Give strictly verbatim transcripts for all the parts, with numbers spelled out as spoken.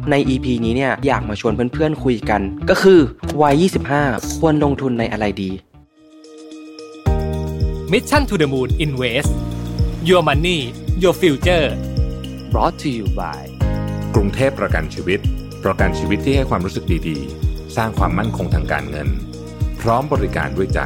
ใน อี พี นี้เนี่ยอยากมาชวนเพื่อนๆคุยกันก็คือวัยยี่สิบห้าควรลงทุนในอะไรดี Mission to the Moon Invest Your Money Your Future brought to you by กรุงเทพประกันชีวิตประกันชีวิตที่ให้ความรู้สึกดีๆสร้างความมั่นคงทางการเงินพร้อมบริการด้วยใจ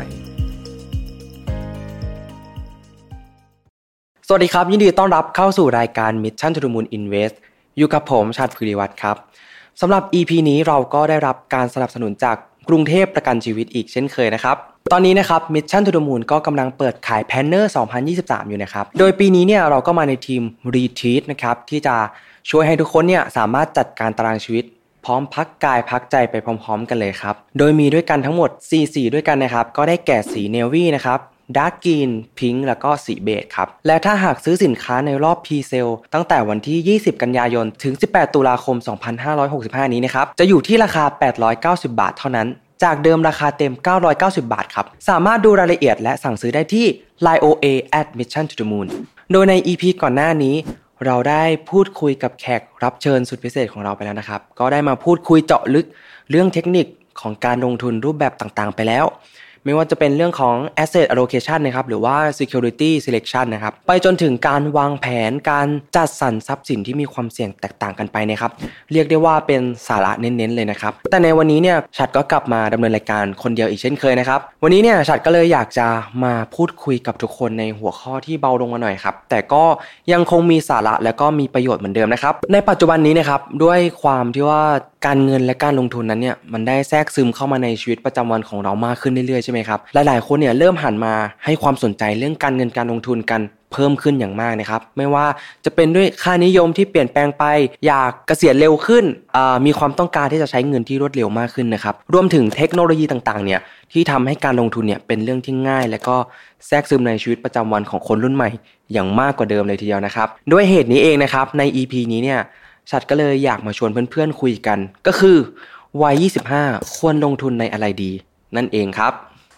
สวัสดีครับยินดีต้อนรับเข้าสู่รายการ Mission to the Moon Invest อยู่กับผมชาติภูริวัฒน์ครับสำหรับ อี พี นี้เราก็ได้รับการสนับสนุนจากกรุงเทพประกันชีวิตอีกเช่นเคยนะครับตอนนี้นะครับ Mission to the Moon ก็กำลังเปิดขาย Planner สองพันยี่สิบสามอยู่นะครับโดยปีนี้เนี่ยเราก็มาในทีม Retreat นะครับที่จะช่วยให้ทุกคนเนี่ยสามารถจัดการตารางชีวิตพร้อมพักกายพักใจไปพร้อมๆกันเลยครับโดยมีด้วยกันทั้งหมดสี่สีด้วยกันนะครับก็ได้แก่สี Navy นะครับดาร์กกรีนพิงค์แล้วก็สีเบจครับและถ้าหากซื้อสินค้าในรอบพรีเซลตั้งแต่วันที่ยี่สิบกันยายนถึงสิบแปดตุลาคมสองพันห้าร้อยหกสิบห้านี้นะครับจะอยู่ที่ราคาแปดร้อยเก้าสิบบาทเท่านั้นจากเดิมราคาเต็มเก้าร้อยเก้าสิบบาทครับสามารถดูรายละเอียดและสั่งซื้อได้ที่ ไลน์ โอ เอ แอท มิชชั่น ทู เดอะ มูน โดยใน อี พี ก่อนหน้านี้เราได้พูดคุยกับแขกรับเชิญสุดพิเศษของเราไปแล้วนะครับก็ได้มาพูดคุยเจาะลึกเรื่องเทคนิคของการลงทุนรูปแบบต่างๆไปแล้วไม่ว่าจะเป็นเรื่องของ asset allocation นะครับหรือว่า security selection นะครับไปจนถึงการวางแผนการจัดสรรทรัพย์สินที่มีความเสี่ยงแตกต่างกันไปนะครับเรียกได้ว่าเป็นสาระเน้นๆเลยนะครับแต่ในวันนี้เนี่ยฉัดก็กลับมาดำเนินรายการคนเดียวอีกเช่นเคยนะครับวันนี้เนี่ยฉัดก็เลยอยากจะมาพูดคุยกับทุกคนในหัวข้อที่เบาลงมาหน่อยครับแต่ก็ยังคงมีสาระและก็มีประโยชน์เหมือนเดิมนะครับในปัจจุบันนี้นะครับด้วยความที่ว่าการเงินและการลงทุนนั้นเนี่ยมันได้แทรกซึมเข้ามาในชีวิตประจำวันของเรามากขึ้นเรื่อยๆใช่ไหมครับหลายๆคนเนี่ยเริ่มหันมาให้ความสนใจเรื่องการเงินการลงทุนกันเพิ่มขึ้นอย่างมากนะครับไม่ว่าจะเป็นด้วยค่านิยมที่เปลี่ยนแปลงไปอยากเกษียณเร็วขึ้นมีความต้องการที่จะใช้เงินที่รวดเร็วมากขึ้นนะครับรวมถึงเทคโนโลยีต่างๆเนี่ยที่ทำให้การลงทุนเนี่ยเป็นเรื่องที่ง่ายและก็แทรกซึมในชีวิตประจำวันของคนรุ่นใหม่อย่างมากกว่าเดิมเลยทีเดียวนะครับด้วยเหตุนี้เองนะครับใน อี พี นี้เนี่ยฉัดก็เลยอยากมาชวนเพื่อนๆคุยกันก็คือวัยยี่สิบห้าควรลงทุนในอะไรดีนั่นเองครับ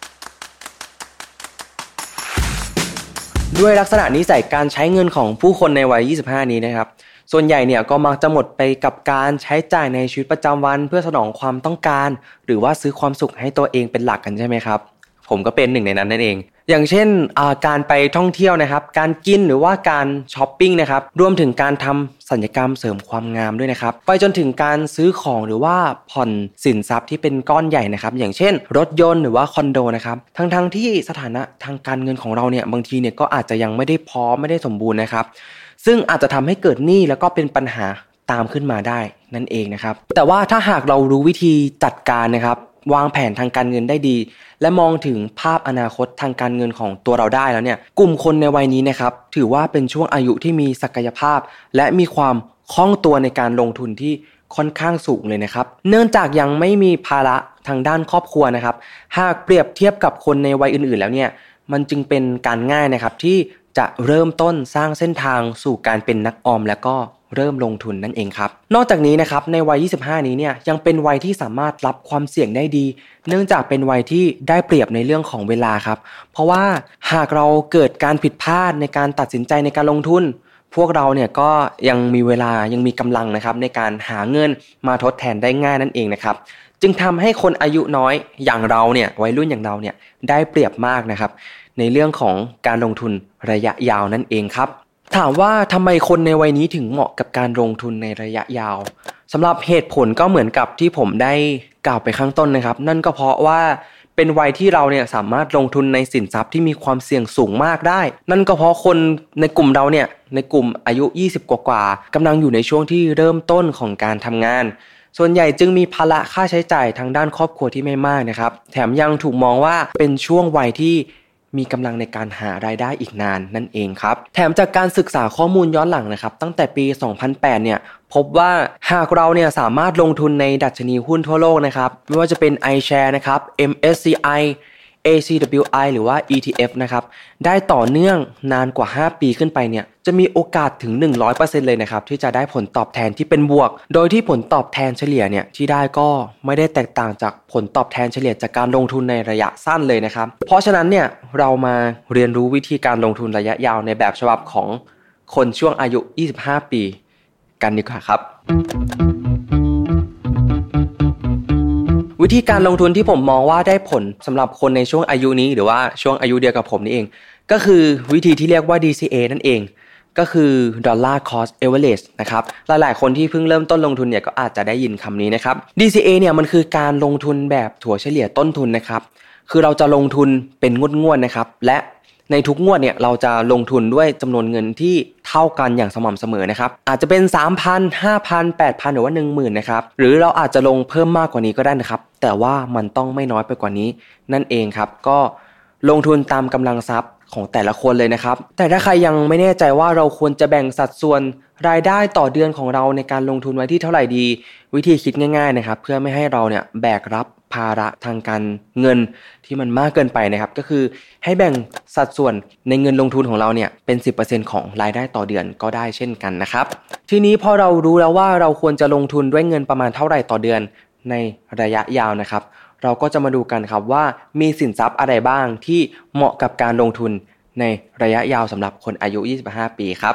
ด้วยลักษณะนิสัยการใช้เงินของผู้คนในวัยยี่สิบห้านี้นะครับส่วนใหญ่เนี่ยก็มักจะหมดไปกับการใช้จ่ายในชีวิตประจำวันเพื่อสนองความต้องการหรือว่าซื้อความสุขให้ตัวเองเป็นหลักกันใช่ไหมครับผมก็เป็นหนึ่งในนั้นนั่นเองอย่างเช่นการไปท่องเที่ยวนะครับการกินหรือว่าการช้อปปิ้งนะครับรวมถึงการทำศัลยกรรมเสริมความงามด้วยนะครับไปจนถึงการซื้อของหรือว่าผ่อนสินทรัพย์ที่เป็นก้อนใหญ่นะครับอย่างเช่นรถยนต์หรือว่าคอนโดนะครับทั้งๆที่สถานะทางการเงินของเราเนี่ยบางทีเนี่ยก็อาจจะยังไม่ได้พร้อมไม่ได้สมบูรณ์นะครับซึ่งอาจจะทำให้เกิดหนี้แล้วก็เป็นปัญหาตามขึ้นมาได้นั่นเองนะครับแต่ว่าถ้าหากเรารู้วิธีจัดการนะครับวางแผนทางการเงินได้ดีและมองถึงภาพอนาคตทางการเงินของตัวเราได้แล้วเนี่ยกลุ่มคนในวัยนี้นะครับถือว่าเป็นช่วงอายุที่มีศักยภาพและมีความคล่องตัวในการลงทุนที่ค่อนข้างสูงเลยนะครับเนื่องจากยังไม่มีภาระทางด้านครอบครัวนะครับหากเปรียบเทียบกับคนในวัยอื่นๆแล้วเนี่ยมันจึงเป็นการง่ายนะครับที่จะเริ่มต้นสร้างเส้นทางสู่การเป็นนักออมและก็เริ่มลงทุนนั่นเองครับนอกจากนี้นะครับในวัยยี่สิบห้านี้เนี่ยยังเป็นวัยที่สามารถรับความเสี่ยงได้ดีเนื่องจากเป็นวัยที่ได้เปรียบในเรื่องของเวลาครับเพราะว่าหากเราเกิดการผิดพลาดในการตัดสินใจในการลงทุนพวกเราเนี่ยก็ยังมีเวลายังมีกำลังนะครับในการหาเงินมาทดแทนได้ง่ายนั่นเองนะครับจึงทำให้คนอายุน้อยอย่างเราเนี่ยวัยรุ่นอย่างเราเนี่ยได้เปรียบมากนะครับในเรื่องของการลงทุนระยะยาวนั่นเองครับถามว่าทำไมคนในวัยนี้ถึงเหมาะกับการลงทุนในระยะยาวสำหรับเหตุผลก็เหมือนกับที่ผมได้กล่าวไปข้างต้นนะครับนั่นก็เพราะว่าเป็นวัยที่เราเนี่ยสามารถลงทุนในสินทรัพย์ที่มีความเสี่ยงสูงมากได้นั่นก็เพราะคนในกลุ่มเราเนี่ยในกลุ่มอายุยี่สิบกว่าๆกำลังอยู่ในช่วงที่เริ่มต้นของการทำงานส่วนใหญ่จึงมีภาระค่าใช้จ่ายทางด้านครอบครัวที่ไม่มากนะครับแถมยังถูกมองว่าเป็นช่วงวัยที่มีกำลังในการหารายได้อีกนานนั่นเองครับแถมจากการศึกษาข้อมูลย้อนหลังนะครับตั้งแต่ปีสองพันแปดเนี่ยพบว่าหากเราเนี่ยสามารถลงทุนในดัชนีหุ้นทั่วโลกนะครับไม่ว่าจะเป็น iShares นะครับ เอ็ม เอส ซี ไอ เอ ซี ดับเบิลยู ไอ หรือว่า อี ที เอฟ นะครับได้ต่อเนื่องนานกว่าห้าปีขึ้นไปเนี่ยจะมีโอกาสถึง หนึ่งร้อยเปอร์เซ็นต์ เลยนะครับที่จะได้ผลตอบแทนที่เป็นบวกโดยที่ผลตอบแทนเฉลี่ยเนี่ยที่ได้ก็ไม่ได้แตกต่างจากผลตอบแทนเฉลี่ยจากการลงทุนในระยะสั้นเลยนะครับเพราะฉะนั้นเนี่ยเรามาเรียนรู้วิธีการลงทุนระยะยาวในแบบฉบับของคนช่วงอายุยี่สิบห้าปีกันดีกว่าครับวิธีการลงทุนที่ผมมองว่าได้ผลสำหรับคนในช่วงอายุนี้หรือว่าช่วงอายุเดียวกับผมนี่เองก็คือวิธีที่เรียกว่า ดี ซี เอ นั่นเองก็คือ Dollar Cost Average นะครับหลายๆคนที่เพิ่งเริ่มต้นลงทุนเนี่ยก็อาจจะได้ยินคำนี้นะครับ ดี ซี เอ เนี่ยมันคือการลงทุนแบบถั่วเฉลี่ยต้นทุนนะครับคือเราจะลงทุนเป็นงวดๆนะครับและในทุกงวดเนี่ยเราจะลงทุนด้วยจำนวนเงินที่เท่ากันอย่างสม่ำเสมอนะครับอาจจะเป็น สามพัน ห้าพัน แปดพัน หรือว่า หนึ่งหมื่น นะครับหรือเราอาจจะลงเพิ่มมากกว่านี้ก็ได้นะครับแต่ว่ามันต้องไม่น้อยไปกว่านี้นั่นเองครับก็ลงทุนตามกำลังทรัพย์ของแต่ละคนเลยนะครับแต่ถ้าใครยังไม่แน่ใจว่าเราควรจะแบ่งสัดส่วนรายได้ต่อเดือนของเราในการลงทุนไว้ที่เท่าไหร่ดีวิธีคิดง่ายๆนะครับเพื่อไม่ให้เราเนี่ยแบกรับภาระทางการเงินที่มันมากเกินไปนะครับก็คือให้แบ่งสัดส่วนในเงินลงทุนของเราเนี่ยเป็น สิบเปอร์เซ็นต์ ของรายได้ต่อเดือนก็ได้เช่นกันนะครับทีนี้พอเรารู้แล้วว่าเราควรจะลงทุนด้วยเงินประมาณเท่าไหร่ต่อเดือนในระยะยาวนะครับเราก็จะมาดูกันครับว่ามีสินทรัพย์อะไรบ้างที่เหมาะกับการลงทุนในระยะยาวสำหรับคนอายุยี่สิบห้าปีครับ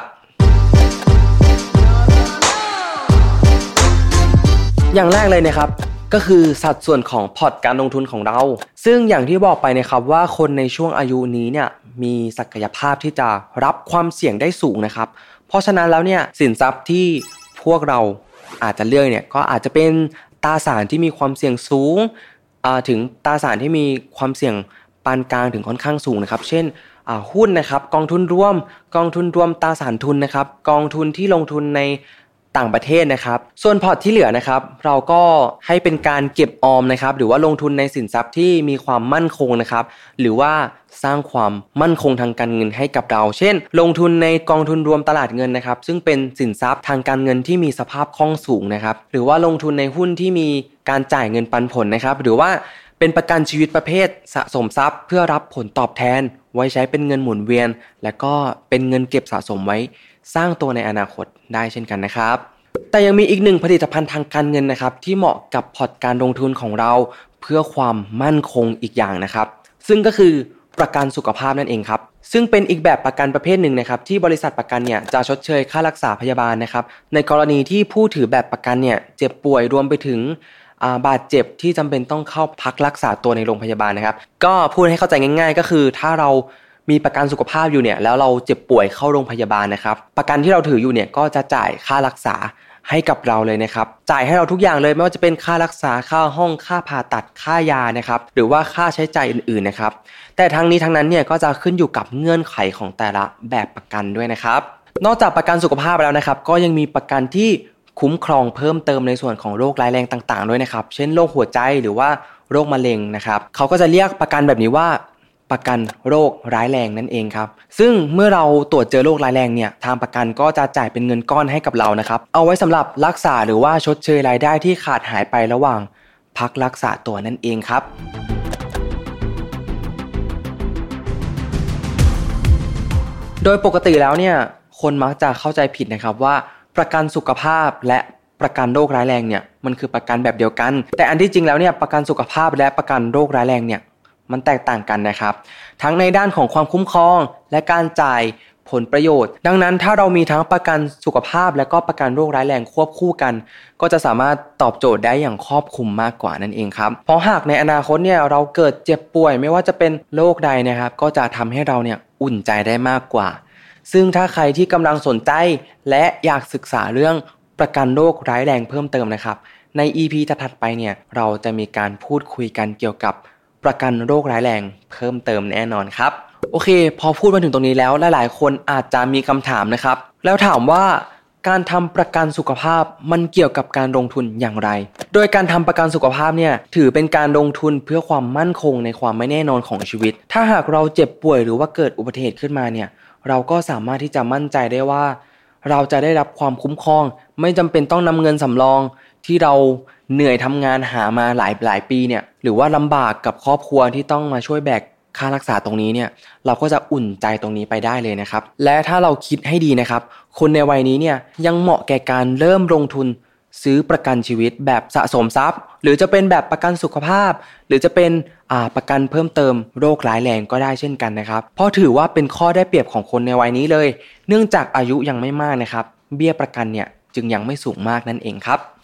อย่างแรกเลยนะครับก็คือสัดส่วนของพอร์ตการลงทุนของเราซึ่งอย่างที่บอกไปนะครับว่าคนในช่วงอายุนี้เนี่ยมีศักยภาพที่จะรับความเสี่ยงได้สูงนะครับเพราะฉะนั้นแล้วเนี่ยสินทรัพย์ที่พวกเราอาจจะเลือกเนี่ยก็อาจจะเป็นตราสารที่มีความเสี่ยงสูงถึงตราสารที่มีความเสี่ยงปานกลางถึงค่อนข้างสูงนะครับเช่นหุ้นนะครับกองทุนรวมกองทุนรวมตราสารทุนนะครับกองทุนที่ลงทุนในต่างประเทศนะครับส่วนพอร์ตที่เหลือนะครับเราก็ให้เป็นการเก็บออมนะครับหรือว่าลงทุนในสินทรัพย์ที่มีความมั่นคงนะครับหรือว่าสร้างความมั่นคงทางการเงินให้กับเราเช่นลงทุนในกองทุนรวมตลาดเงินนะครับซึ่งเป็นสินทรัพย์ทางการเงินที่มีสภาพคล่องสูงนะครับหรือว่าลงทุนในหุ้นที่มีการจ่ายเงินปันผลนะครับหรือว่าเป็นประกันชีวิตประเภทสะสมทรัพย์เพื่อรับผลตอบแทนไว้ใช้เป็นเงินหมุนเวียนและก็เป็นเงินเก็บสะสมไว้สร้างตัวในอนาคตได้เช่นกันนะครับแต่ยังมีอีกหนึ่งผลิตภัณฑ์ทางการเงินนะครับที่เหมาะกับพอร์ตการลงทุนของเราเพื่อความมั่นคงอีกอย่างนะครับซึ่งก็คือประกันสุขภาพนั่นเองครับซึ่งเป็นอีกแบบประกันประเภทหนึ่งนะครับที่บริษัทประกันเนี่ยจะชดเชยค่ารักษาพยาบาลนะครับในกรณีที่ผู้ถือแบบประกันเนี่ยเจ็บป่วยรวมไปถึงบาดเจ็บที่จำเป็นต้องเข้าพักรักษาตัวในโรงพยาบาลนะครับก็พูดให้เข้าใจง่ายๆก็คือถ้าเรามีประกันสุขภาพอยู่เนี่ยแล้วเราเจ็บป่วยเข้าโรงพยาบาลนะครับประกันที่เราถืออยู่เนี่ยก็จะจ่ายค่ารักษาให้กับเราเลยนะครับจ่ายให้เราทุกอย่างเลยไม่ว่าจะเป็นค่ารักษาค่าห้องค่าผ่าตัดค่ายานะครับหรือว่าค่าใช้จ่ายอื่นๆนะครับแต่ทั้งนี้ทั้งนั้นเนี่ยก็จะขึ้นอยู่กับเงื่อนไขของแต่ละแบบประกันด้วยนะครับนอกจากประกันสุขภาพแล้วนะครับก็ยังมีประกันที่คุ้มครองเพิ่มเติมในส่วนของโรคร้ายแรงต่างๆด้วยนะครับเช่นโรคหัวใจหรือว่าโรคมะเร็งนะครับเขาก็จะเรียกประกันแบบนี้ว่าประกันโรคร้ายแรงนั่นเองครับซึ่งเมื่อเราตรวจเจอโรคร้ายแรงเนี่ยทางประกันก็จะจ่ายเป็นเงินก้อนให้กับเรานะครับเอาไว้สำหรับรักษาหรือว่าชดเชยรายได้ที่ขาดหายไประหว่างพักรักษาตัวนั่นเองครับโดยปกติแล้วเนี่ยคนมักจะเข้าใจผิดนะครับว่าประกันสุขภาพและประกันโรคร้ายแรงเนี่ยมันคือประกันแบบเดียวกันแต่อันที่จริงแล้วเนี่ยประกันสุขภาพและประกันโรคร้ายแรงเนี่ยมันแตกต่างกันนะครับทั้งในด้านของความคุ้มครองและการจ่ายผลประโยชน์ดังนั้นถ้าเรามีทั้งประกันสุขภาพและก็ประกันโรคร้ายแรงควบคู่กันก็จะสามารถตอบโจทย์ได้อย่างครอบคลุมมากกว่านั่นเองครับเพราะหากในอนาคตเนี่ยเราเกิดเจ็บป่วยไม่ว่าจะเป็นโรคใดนะครับก็จะทำให้เราเนี่ยอุ่นใจได้มากกว่าซึ่งถ้าใครที่กำลังสนใจและอยากศึกษาเรื่องประกันโรคร้ายแรงเพิ่มเติมนะครับใน อี พี ถัดๆไปเนี่ยเราจะมีการพูดคุยกันเกี่ยวกับประกันโรคร้ายแรงเพิ่มเติมแน่นอนครับโอเคพอพูดมาถึงตรงนี้แล้วหลายๆคนอาจจะมีคำถามนะครับแล้วถามว่าการทำประกันสุขภาพมันเกี่ยวกับการลงทุนอย่างไรโดยการทำประกันสุขภาพเนี่ยถือเป็นการลงทุนเพื่อความมั่นคงในความไม่แน่นอนของชีวิตถ้าหากเราเจ็บป่วยหรือว่าเกิดอุบัติเหตุขึ้นมาเนี่ยเราก็สามารถที่จะมั่นใจได้ว่าเราจะได้รับความคุ้มครองไม่จำเป็นต้องนำเงินสำรองที่เราเหนื่อยทำงานหามาหลายหลายปีเนี่ยหรือว่าลำบากกับครอบครัวที่ต้องมาช่วยแบกค่ารักษาตรงนี้เนี่ยเราก็จะอุ่นใจตรงนี้ไปได้เลยนะครับและถ้าเราคิดให้ดีนะครับคนในวัยนี้เนี่ยยังเหมาะแก่การเริ่มลงทุนซื้อประกันชีวิตแบบสะสมทรัพย์หรือจะเป็นแบบประกันสุขภาพหรือจะเป็นอ่าประกันเพิ่มเติมโรคร้ายแรงก็ได้เช่นกันนะครับเพราะถือว่าเป็นข้อได้เปรียบของคนในวัยนี้เลยเนื่องจากอายุยังไม่มากนะครับเบี้ยประกันเนี่ยจึงยังไม่สูงมากนั่นเองครับ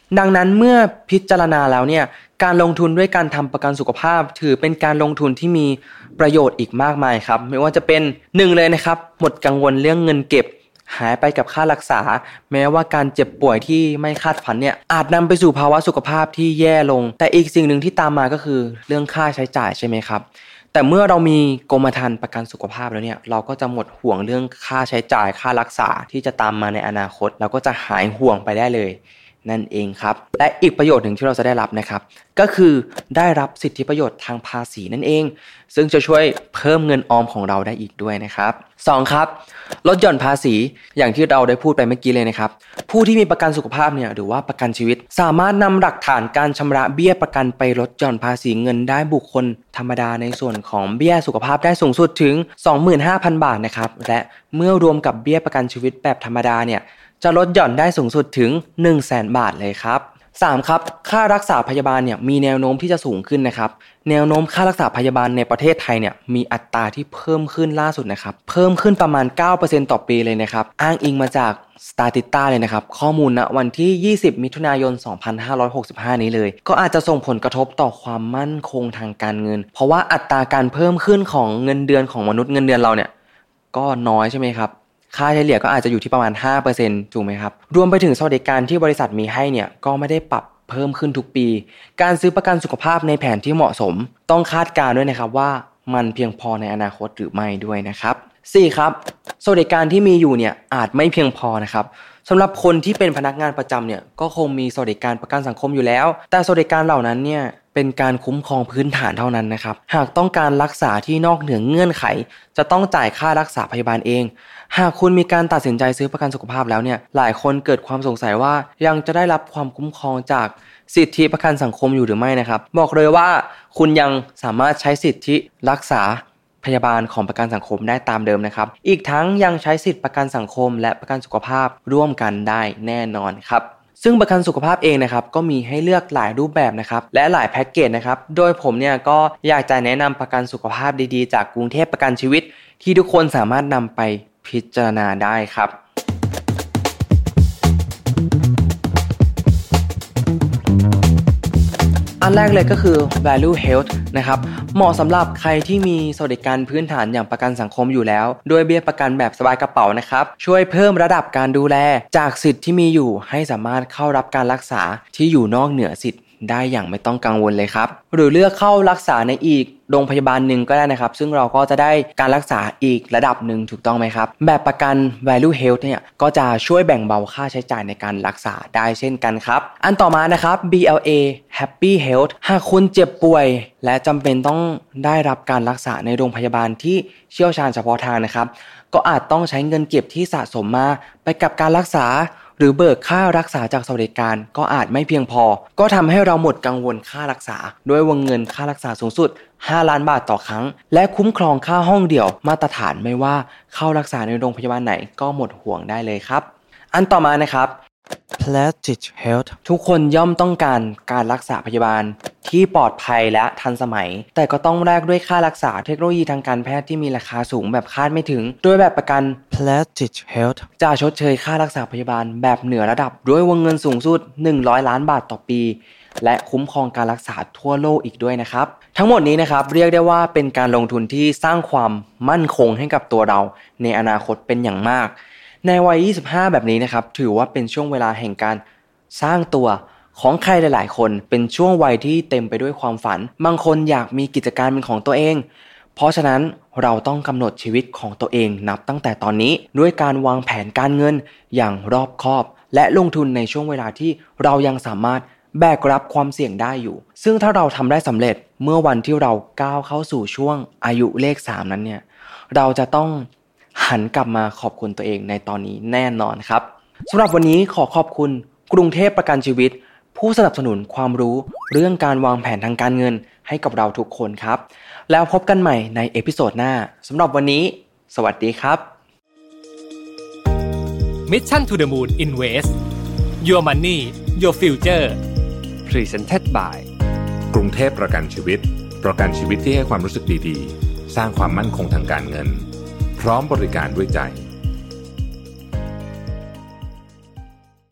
ดังนั้นเมื่อพิจารณาแล้วเนี่ยการลงทุนด้วยการทำประกันสุขภาพถือเป็นการลงทุนที่มีประโยชน์อีกมากมายครับไม่ว่าจะเป็นหนึ่งเลยนะครับหมดกังวลเรื่องเงินเก็บหายไปกับค่ารักษาแม้ว่าการเจ็บป่วยที่ไม่คาดฝันเนี่ยอาจนำไปสู่ภาวะสุขภาพที่แย่ลงแต่อีกสิ่งหนึ่งที่ตามมาก็คือเรื่องค่าใช้จ่ายใช่ไหมครับแต่เมื่อเรามีกรมธรรม์ประกันสุขภาพแล้วเนี่ยเราก็จะหมดห่วงเรื่องค่าใช้จ่ายค่ารักษาที่จะตามมาในอนาคตเราก็จะหายห่วงไปได้เลยนั่นเองครับและอีกประโยชน์หนึ่งที่เราจะได้รับนะครับก็คือได้รับสิทธิประโยชน์ทางภาษีนั่นเองซึ่งจะช่วยเพิ่มเงินออมของเราได้อีกด้วยนะครับสองครับลดหย่อนภาษีอย่างที่เราได้พูดไปเมื่อกี้เลยนะครับผู้ที่มีประกันสุขภาพเนี่ยหรือว่าประกันชีวิตสามารถนำหลักฐานการชำระเบี้ยประกันไปลดหย่อนภาษีเงินได้บุคคลธรรมดาในส่วนของเบี้ยสุขภาพได้สูงสุดถึง สองหมื่นห้าพัน บาทนะครับและเมื่อรวมกับเบี้ยประกันชีวิตแบบธรรมดาเนี่ยจะลดหย่อนได้สูงสุดถึง หนึ่งแสน บาทเลยครับสามครับค่ารักษาพยาบาลเนี่ยมีแนวโน้มที่จะสูงขึ้นนะครับแนวโน้มค่ารักษาพยาบาลในประเทศไทยเนี่ยมีอัตราที่เพิ่มขึ้นล่าสุดนะครับเพิ่มขึ้นประมาณ เก้าเปอร์เซ็นต์ ต่อปีเลยนะครับอ้างอิงมาจาก Statista เลยนะครับข้อมูลณวันที่ยี่สิบมิถุนายนสองพันห้าร้อยหกสิบห้านี้เลยก็อาจจะส่งผลกระทบต่อความมั่นคงทางการเงินเพราะว่าอัตราการเพิ่มขึ้นของเงินเดือนของมนุษย์เงินเดือนเราเนี่ยก็น้อยใช่ไหมครับค่าเฉลี่ยก็อาจจะอยู่ที่ประมาณ ห้าเปอร์เซ็นต์ ถูกไหมครับรวมไปถึงสวัสดิการที่บริษัทมีให้เนี่ยก็ไม่ได้ปรับเพิ่มขึ้นทุกปีการซื้อประกันสุขภาพในแผนที่เหมาะสมต้องคาดการณ์ด้วยนะครับว่ามันเพียงพอในอนาคตหรือไม่ด้วยนะครับสี่ครับสวัสดิการที่มีอยู่เนี่ยอาจไม่เพียงพอนะครับสำหรับคนที่เป็นพนักงานประจำเนี่ยก็คงมีสวัสดิการประกันสังคมอยู่แล้วแต่สวัสดิการเหล่านั้นเนี่ยเป็นการคุ้มครองพื้นฐานเท่านั้นนะครับหากต้องการรักษาที่นอกเหนือเงื่อนไขจะต้องจ่ายค่ารักษาพยาบาลเองหากคุณมีการตัดสินใจซื้อประกันสุขภาพแล้วเนี่ยหลายคนเกิดความสงสัยว่ายังจะได้รับความคุ้มครองจากสิทธิประกันสังคมอยู่หรือไม่นะครับบอกเลยว่าคุณยังสามารถใช้สิทธิรักษาพยาบาลของประกันสังคมได้ตามเดิมนะครับอีกทั้งยังใช้สิทธิประกันสังคมและประกันสุขภาพร่วมกันได้แน่นอนครับซึ่งประกันสุขภาพเองนะครับก็มีให้เลือกหลายรูปแบบนะครับและหลายแพ็กเกจนะครับโดยผมเนี่ยก็อยากจะแนะนำประกันสุขภาพดีๆจากกรุงเทพประกันชีวิตที่ทุกคนสามารถนำไปพิจารณาได้ครับอันแรกเลยก็คือ Value Health นะครับเหมาะสำหรับใครที่มีสวัสดิการพื้นฐานอย่างประกันสังคมอยู่แล้วด้วยเบี้ยประกันแบบสบายกระเป๋านะครับช่วยเพิ่มระดับการดูแลจากสิทธิ์ที่มีอยู่ให้สามารถเข้ารับการรักษาที่อยู่นอกเหนือสิทธิ์ได้อย่างไม่ต้องกังวลเลยครับหรือเลือกเข้ารักษาในอีกโรงพยาบาลหนึ่งก็ได้นะครับซึ่งเราก็จะได้การรักษาอีกระดับหนึ่งถูกต้องไหมครับแบบประกัน Value Health เนี่ยก็จะช่วยแบ่งเบาค่าใช้จ่ายในการรักษาได้เช่นกันครับอันต่อมานะครับ บี แอล เอ Happy Health หากคุณเจ็บป่วยและจำเป็นต้องได้รับการรักษาในโรงพยาบาลที่เชี่ยวชาญเฉพาะทางนะครับก็อาจต้องใช้เงินเก็บที่สะสมมาไปกับการรักษาหรือเบิกค่ารักษาจากสวัสดิการก็อาจไม่เพียงพอก็ทำให้เราหมดกังวลค่ารักษาด้วยวงเงินค่ารักษาสูงสุดห้าล้านบาทต่อครั้งและคุ้มครองค่าห้องเดี่ยวมาตรฐานไม่ว่าเข้ารักษาในโรงพยาบาลไหนก็หมดห่วงได้เลยครับอันต่อมานะครับ Pledge Health ทุกคนย่อมต้องการการรักษาพยาบาลที่ปลอดภัยและทันสมัยแต่ก็ต้องแลกด้วยค่ารักษาเทคโนโลยีทางการแพทย์ที่มีราคาสูงแบบคาดไม่ถึงโดยแบบประกัน Pledge Health จะชดเชยค่ารักษาพยาบาลแบบเหนือระดับด้วยวงเงินสูงสุดหนึ่งร้อยล้านบาทต่อปีและคุ้มครองการรักษาทั่วโลกอีกด้วยนะครับทั้งหมดนี้นะครับเรียกได้ว่าเป็นการลงทุนที่สร้างความมั่นคงให้กับตัวเราในอนาคตเป็นอย่างมากในวัยยี่สิบห้าแบบนี้นะครับถือว่าเป็นช่วงเวลาแห่งการสร้างตัวของใครหลายๆคนเป็นช่วงวัยที่เต็มไปด้วยความฝันบางคนอยากมีกิจการเป็นของตัวเองเพราะฉะนั้นเราต้องกำหนดชีวิตของตัวเองนับตั้งแต่ตอนนี้ด้วยการวางแผนการเงินอย่างรอบคอบและลงทุนในช่วงเวลาที่เรายังสามารถแบกรับความเสี่ยงได้อยู่ซึ่งถ้าเราทำได้สำเร็จเมื่อวันที่เราก้าวเข้าสู่ช่วงอายุเลขสามนั้นเนี่ยเราจะต้องหันกลับมาขอบคุณตัวเองในตอนนี้แน่นอนครับสำหรับวันนี้ขอขอบคุณกรุงเทพประกันชีวิตผู้สนับสนุนความรู้เรื่องการวางแผนทางการเงินให้กับเราทุกคนครับแล้วพบกันใหม่ในเอพิโซดหน้าสำหรับวันนี้สวัสดีครับ Mission to the Moon Invest Your Money Your Future Presented by กรุงเทพประกันชีวิตประกันชีวิตที่ให้ความรู้สึกดีๆสร้างความมั่นคงทางการเงินพร้อมบริการด้วยใจ